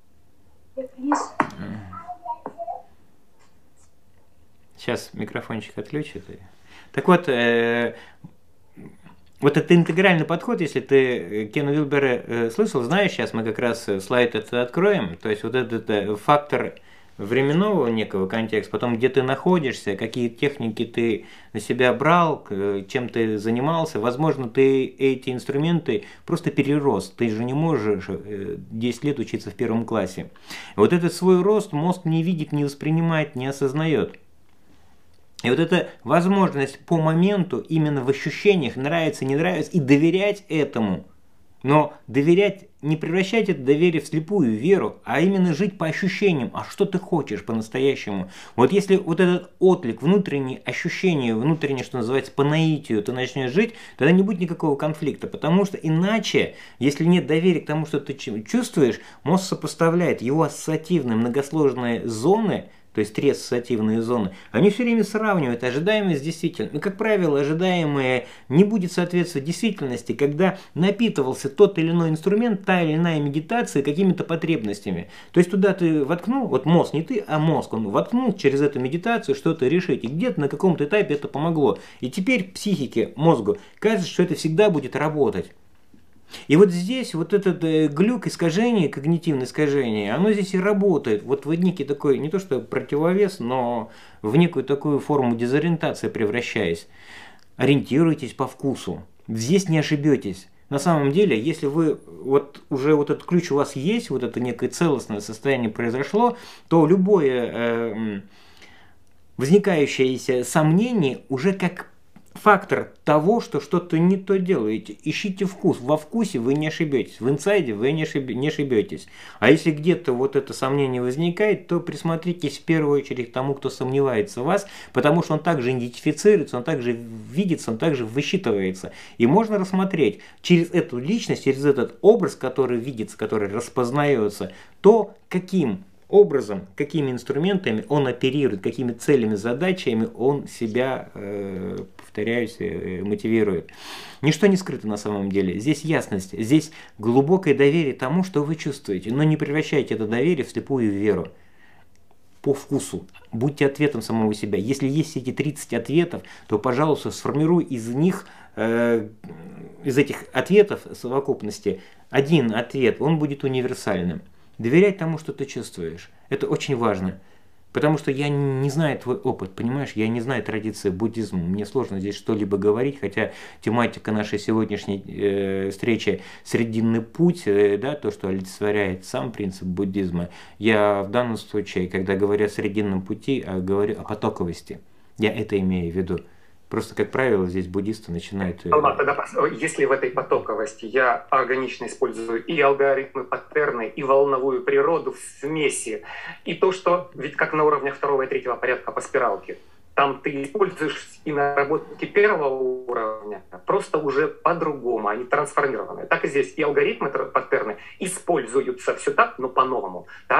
Сейчас микрофончик отключит. Так вот, э, вот этот интегральный подход, если ты Кена Вилбера э, слышал, знаешь, сейчас мы как раз слайд этот откроем, то есть вот этот э, фактор временного некого контекста, потом где ты находишься, какие техники ты на себя брал, чем ты занимался. Возможно, ты эти инструменты просто перерос. Ты же не можешь десять лет учиться в первом классе. Вот этот свой рост мозг не видит, не воспринимает, не осознает. И вот эта возможность по моменту, именно в ощущениях, нравится, не нравится, и доверять этому. Но доверять, не превращать это доверие в слепую веру, а именно жить по ощущениям. А что ты хочешь по-настоящему? Вот если вот этот отклик, внутреннее ощущение, внутреннее, что называется, по наитию, ты начнешь жить, тогда не будет никакого конфликта. Потому что иначе, если нет доверия к тому, что ты чувствуешь, мозг сопоставляет его ассоциативные многосложные зоны, то есть три ассоциативные зоны, они все время сравнивают ожидаемое с действительным. И, как правило, ожидаемое не будет соответствовать действительности, когда напитывался тот или иной инструмент, та или иная медитация какими-то потребностями. То есть туда ты воткнул, вот мозг, не ты, а мозг, он воткнул через эту медитацию что-то решить. И где-то на каком-то этапе это помогло. И теперь психике, мозгу кажется, что это всегда будет работать. И вот здесь вот этот э, глюк, искажение, когнитивное искажение, оно здесь и работает. Вот в некий такой, не то что противовес, но в некую такую форму дезориентации превращаясь. Ориентируйтесь по вкусу. Здесь не ошибетесь. На самом деле, если вы, вот уже вот этот ключ у вас есть, вот это некое целостное состояние произошло, то любое э, возникающее сомнение уже как фактор того, что что-то не то делаете. Ищите вкус. Во вкусе вы не ошибетесь. В инсайде вы не, ошиб... не ошибетесь. А если где-то вот это сомнение возникает, то присмотритесь в первую очередь к тому, кто сомневается в вас, потому что он также идентифицируется, он также видится, он также высчитывается. И можно рассмотреть через эту личность, через этот образ, который видится, который распознается, то, каким образом, какими инструментами он оперирует, какими целями, задачами он себя, э, повторяюсь, э, мотивирует. Ничто не скрыто на самом деле. Здесь ясность, здесь глубокое доверие тому, что вы чувствуете. Но не превращайте это доверие в слепую веру. По вкусу. Будьте ответом самого себя. Если есть эти тридцать ответов, то, пожалуйста, сформируй из них, э, из этих ответов совокупности, один ответ, он будет универсальным. Доверять тому, что ты чувствуешь. Это очень важно. Потому что я не знаю твой опыт, понимаешь? Я не знаю традиции буддизма. Мне сложно здесь что-либо говорить, хотя тематика нашей сегодняшней э, встречи «Срединный путь», э, да, то, что олицетворяет сам принцип буддизма. Я в данном случае, когда говорю о срединном пути, говорю о потоковости. Я это имею в виду. Просто, как правило, здесь буддисты начинают... Алма, тогда, если в этой потоковости я органично использую и алгоритмы, паттерны, и волновую природу в смеси, и то, что, ведь как на уровнях второго и третьего порядка по спиралке, там ты используешь и наработки первого уровня, просто уже по-другому, они трансформированы. Так и здесь и алгоритмы, паттерны используются все так, но по-новому, так как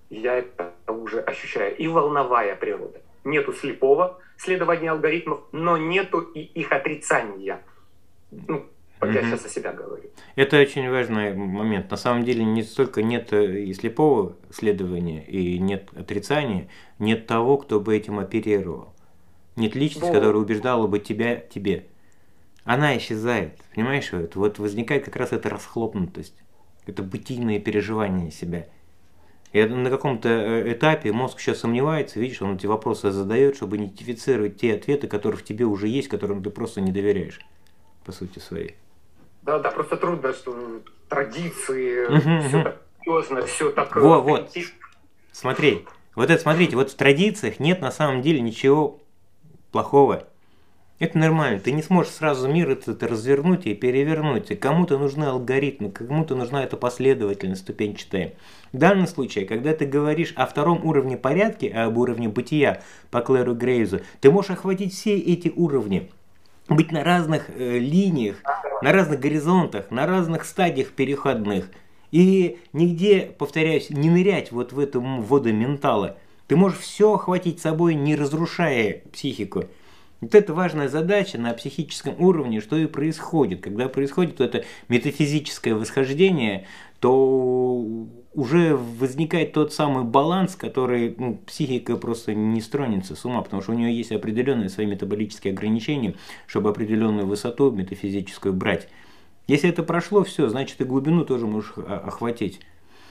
я это уже ощущаю. И волновая природа. Нету слепого следования алгоритмов, но нету и их отрицания. Ну, вот я сейчас о себя говорю. Это очень важный момент. На самом деле не столько нет и слепого следования, и нет отрицания, нет того, кто бы этим оперировал. Нет личности, Вот. которая убеждала бы тебя тебе. Она исчезает, понимаешь? Вот, вот возникает как раз эта расхлопнутость, это бытийное переживание себя. И на каком-то этапе мозг еще сомневается, видишь, он эти вопросы задает, чтобы идентифицировать те ответы, которые в тебе уже есть, которым ты просто не доверяешь, по сути своей. Да, да, просто трудно, что традиции, Угу, все угу. так серьезно, все так... Вот, вот, смотри, вот это, смотрите, вот в традициях нет на самом деле ничего плохого. Это нормально, ты не сможешь сразу мир этот развернуть и перевернуть. И кому-то нужны алгоритмы, кому-то нужна эта последовательность ступенчатая. В данном случае, когда ты говоришь о втором уровне порядка, об уровне бытия по Клэру Грейзу, ты можешь охватить все эти уровни. Быть на разных э, линиях, на разных горизонтах, на разных стадиях переходных. И нигде, повторяюсь, не нырять вот в эту воду ментала. Ты можешь все охватить собой, не разрушая психику. Вот это важная задача на психическом уровне, что и происходит. Когда происходит это метафизическое восхождение, то уже возникает тот самый баланс, который ну, психика просто не стронется с ума, потому что у нее есть определенные свои метаболические ограничения, чтобы определенную высоту метафизическую брать. Если это прошло, все, значит и глубину тоже можешь охватить.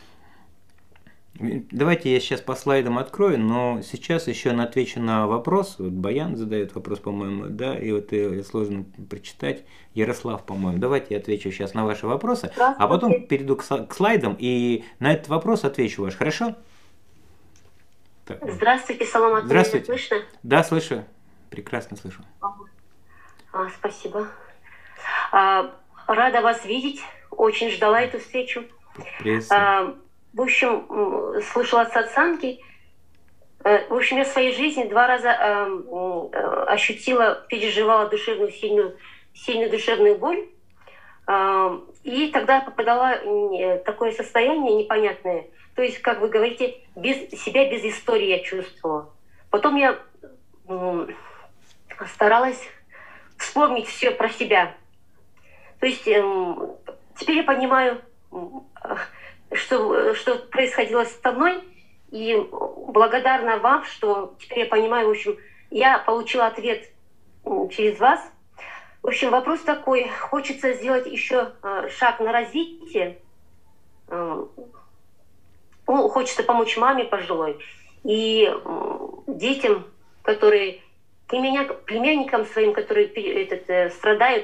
Давайте я сейчас по слайдам открою, но сейчас еще отвечу на вопрос. Вот Баян задает вопрос, по-моему, да, и вот и сложно прочитать. Ярослав, по-моему. Давайте я отвечу сейчас на ваши вопросы, а потом перейду к слайдам и на этот вопрос отвечу ваш. Хорошо? Так. Здравствуйте, Салам Атуна. Здравствуйте. Слышно? Да, слышу. Прекрасно слышу. А, спасибо. А, рада вас видеть. Очень ждала эту встречу. Приветствую. А, В общем, слышала от сатсанги. В общем, я в своей жизни два раза ощутила, переживала душевную, сильную, сильную душевную боль. И тогда попадала в такое состояние непонятное. То есть, как вы говорите, без себя, без истории я чувствовала. Потом я старалась вспомнить все про себя. То есть, теперь я понимаю, Что, что происходило со мной, и благодарна вам, что теперь я понимаю, в общем, я получила ответ через вас. В общем, вопрос такой, хочется сделать еще шаг на развитие, ну, хочется помочь маме пожилой и детям, которые, племянникам своим, которые этот, страдают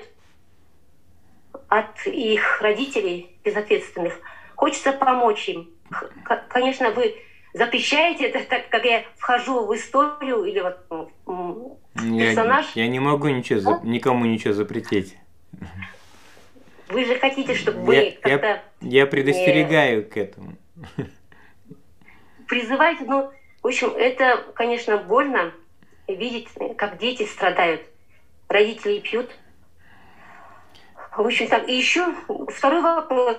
от их родителей безответственных. Хочется помочь им. Конечно, вы запрещаете это, так как я вхожу в историю или вот персонаж. Я, я не могу ничего, а? никому ничего запретить. Вы же хотите, чтобы вы я, как-то... Я, я предостерегаю не... к этому. Призывайте, ну, в общем, это, конечно, больно видеть, как дети страдают. Родители пьют. В общем, так, и еще второй вопрос.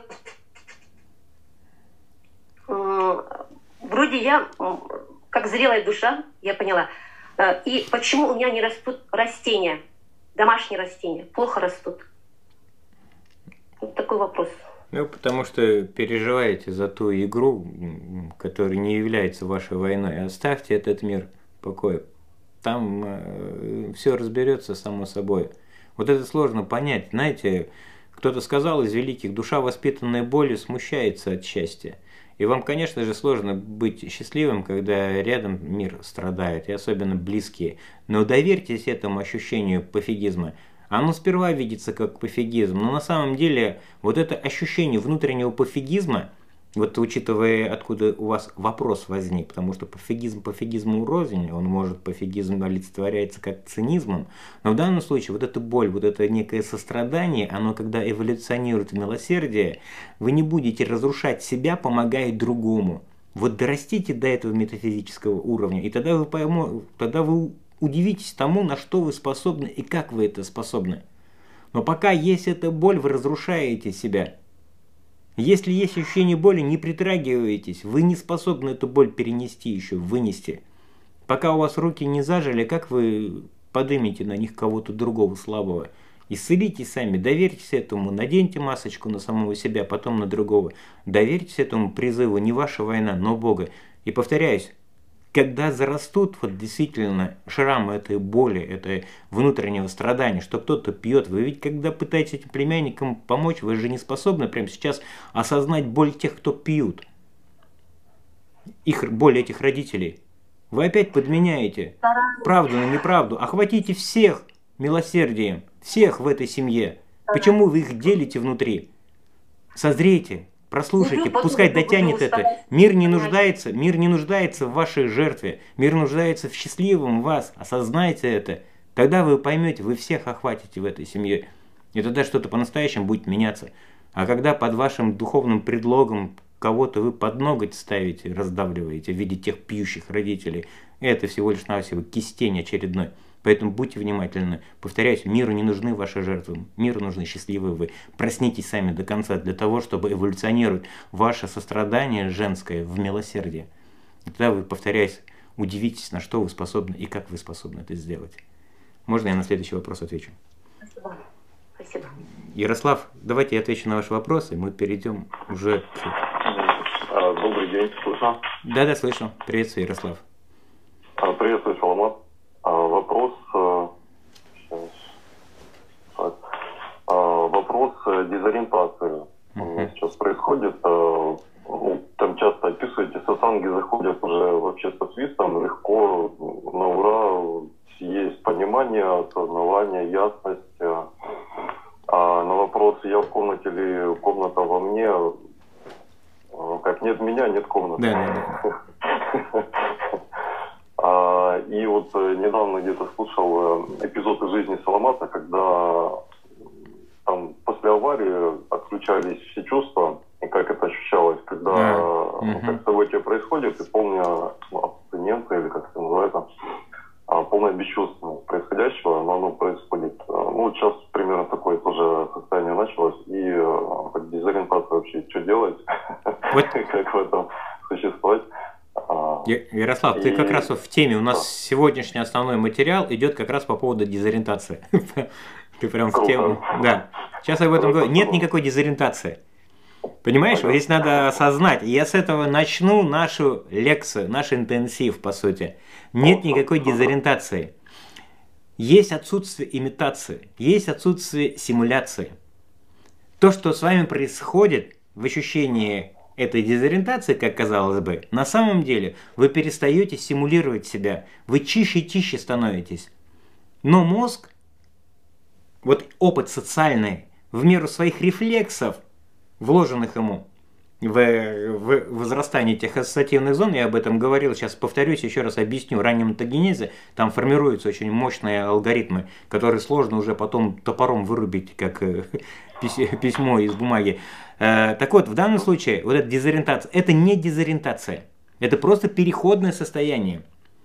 Вроде я, как зрелая душа, я поняла. И почему у меня не растут растения, домашние растения, плохо растут? Вот такой вопрос. Ну, потому что переживаете за ту игру, которая не является вашей войной. Оставьте этот мир в покое. Там э, все разберется само собой. Вот это сложно понять. Знаете, кто-то сказал из великих, душа, воспитанная болью, смущается от счастья. И вам, конечно же, сложно быть счастливым, когда рядом мир страдает, и особенно близкие. Но доверьтесь этому ощущению пофигизма. Оно сперва видится как пофигизм, но на самом деле вот это ощущение внутреннего пофигизма, вот учитывая, откуда у вас вопрос возник, потому что пофигизм пофигизму рознь, он может пофигизм олицетворяется как цинизмом, но в данном случае вот эта боль, вот это некое сострадание, оно когда эволюционирует в милосердие, вы не будете разрушать себя, помогая другому. Вот дорастите до этого метафизического уровня, и тогда вы, пойму, тогда вы удивитесь тому, на что вы способны и как вы это способны. Но пока есть эта боль, вы разрушаете себя. Если есть ощущение боли, не притрагивайтесь. Вы не способны эту боль перенести еще, вынести. Пока у вас руки не зажили, как вы поднимете на них кого-то другого слабого? Исцелитесь сами, доверьтесь этому, наденьте масочку на самого себя, потом на другого. Доверьтесь этому призыву, не ваша война, но Бога. И повторяюсь, когда зарастут вот действительно шрамы этой боли, этой внутреннего страдания, что кто-то пьет, вы ведь когда пытаетесь этим племянникам помочь, вы же не способны прямо сейчас осознать боль тех, кто пьют. Их боль этих родителей. Вы опять подменяете правду на неправду. Охватите всех милосердием, всех в этой семье. Почему вы их делите внутри? Созрейте. Прослушайте, пускай дотянет это. Мир не нуждается, мир не нуждается в вашей жертве. Мир нуждается в счастливом вас. Осознайте это. Тогда вы поймете, вы всех охватите в этой семье. И тогда что-то по-настоящему будет меняться. А когда под вашим духовным предлогом кого-то вы под ноготь ставите, раздавливаете в виде тех пьющих родителей, это всего лишь навсего кистень очередной. Поэтому будьте внимательны. Повторяюсь, миру не нужны ваши жертвы. Миру нужны счастливые вы. Проснитесь сами до конца для того, чтобы эволюционировать ваше сострадание женское в милосердие. И тогда вы, повторяюсь, удивитесь, на что вы способны и как вы способны это сделать. Можно я на следующий вопрос отвечу? Спасибо. Спасибо. Ярослав, давайте я отвечу на ваши вопросы, и мы перейдем уже к... Добрый день, слышно? Да-да, слышу. Приветствую, Ярослав. Приветствую, Саламат. Вопрос, вопрос дезориентации. Uh-huh. Сейчас происходит. Там часто описываете, сатанги заходят уже вообще со свистом, легко, на ура, есть понимание, осознавание, ясность. А на вопрос, я в комнате или комната во мне, как нет меня, нет комнаты. Да, да, да. И вот недавно где-то слушал эпизод из жизни Саламата, когда там после аварии отключались все чувства, и как это ощущалось, когда yeah. ну, как событие происходит, и помня абстиненция, или как это называется, полная бесчувственность происходящего, но оно происходит. Ну, вот сейчас примерно такое тоже состояние началось, и как дезориентация вообще, что делать, вот. Как в этом существовать. Ярослав, и... ты как раз в теме. У нас да. сегодняшний основной материал идет как раз по поводу дезориентации. Ты прям в тему. Да. Сейчас я об этом говорю. Нет никакой дезориентации. Понимаешь, вот здесь надо осознать. Я с этого начну нашу лекцию, наш интенсив, по сути. Нет никакой дезориентации. Есть отсутствие имитации, есть отсутствие симуляции. То, что с вами происходит в ощущении этой дезориентации, как казалось бы, на самом деле вы перестаете симулировать себя, вы чище и чище становитесь. Но мозг, вот опыт социальный, в меру своих рефлексов, вложенных ему в, в возрастание этих ассоциативных зон, я об этом говорил, сейчас повторюсь, еще раз объясню, в раннем онтогенезе там формируются очень мощные алгоритмы, которые сложно уже потом топором вырубить, как письмо из бумаги. Так вот, в данном случае, вот эта дезориентация, это не дезориентация, это просто переходное состояние.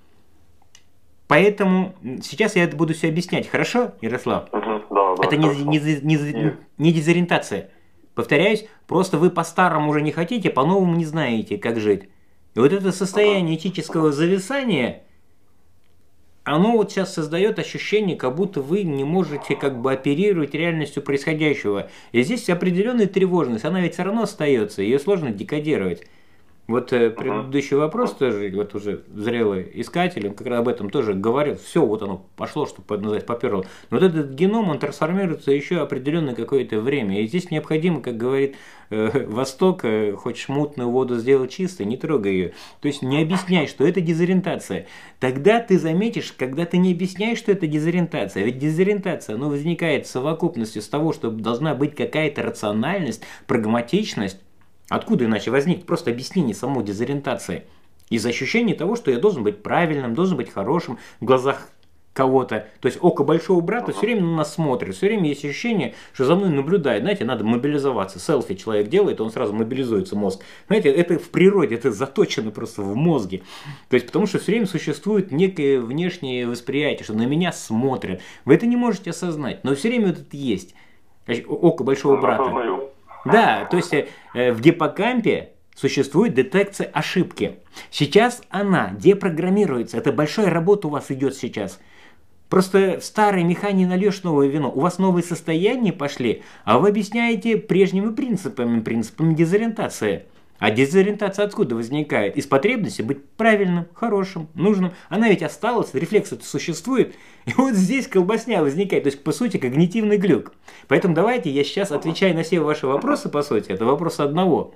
Поэтому сейчас я это буду все объяснять, хорошо, Ярослав? Угу, да, да, это не, не, не, не дезориентация. Повторяюсь, просто вы по-старому уже не хотите, по-новому не знаете, как жить. И вот это состояние этического зависания, оно вот сейчас создает ощущение, как будто вы не можете как бы оперировать реальностью происходящего. И здесь определенная тревожность, она ведь все равно остается, ее сложно декодировать. Вот э, предыдущий вопрос тоже, вот уже зрелый искатель, он как раз об этом тоже говорил, все, вот оно пошло, что назвать поперло. Но вот этот геном, он трансформируется еще определенное какое-то время. И здесь необходимо, как говорит э, Восток, э, хочешь мутную воду сделать чистой, не трогай ее. То есть не объясняй, что это дезориентация. Тогда ты заметишь, когда ты не объясняешь, что это дезориентация. Ведь дезориентация, она возникает в совокупности с того, что должна быть какая-то рациональность, прагматичность. Откуда иначе возникнет просто объяснение самой дезориентации? Из ощущения того, что я должен быть правильным, должен быть хорошим в глазах кого-то. То есть око большого брата все время на нас смотрит, все время есть ощущение, что за мной наблюдает. Знаете, надо мобилизоваться. Селфи человек делает, он сразу мобилизуется мозг. Знаете, это в природе, это заточено просто в мозге. То есть потому что все время существует некое внешнее восприятие, что на меня смотрят. Вы это не можете осознать, но все время вот это есть. Око большого брата. Да, то есть э, в гиппокампе существует детекция ошибки. Сейчас она депрограммируется. Это большая работа у вас идет сейчас. Просто в старой механике нальешь новое вино. У вас новые состояния пошли, а вы объясняете прежними принципами, принципами дезориентации. А дезориентация откуда возникает? Из потребности быть правильным, хорошим, нужным. Она ведь осталась, рефлекс это существует. И вот здесь колбасня возникает. То есть, по сути, когнитивный глюк. Поэтому давайте я сейчас отвечаю на все ваши вопросы, по сути. Это вопрос одного.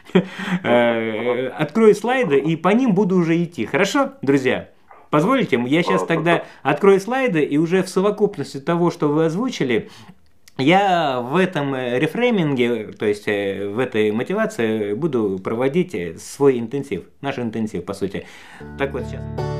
Открою слайды и по ним буду уже идти. Хорошо, друзья? Позволите? Я сейчас тогда открою слайды и уже в совокупности того, что вы озвучили, я в этом рефрейминге, то есть в этой мотивации буду проводить свой интенсив, наш интенсив, по сути. Так вот сейчас.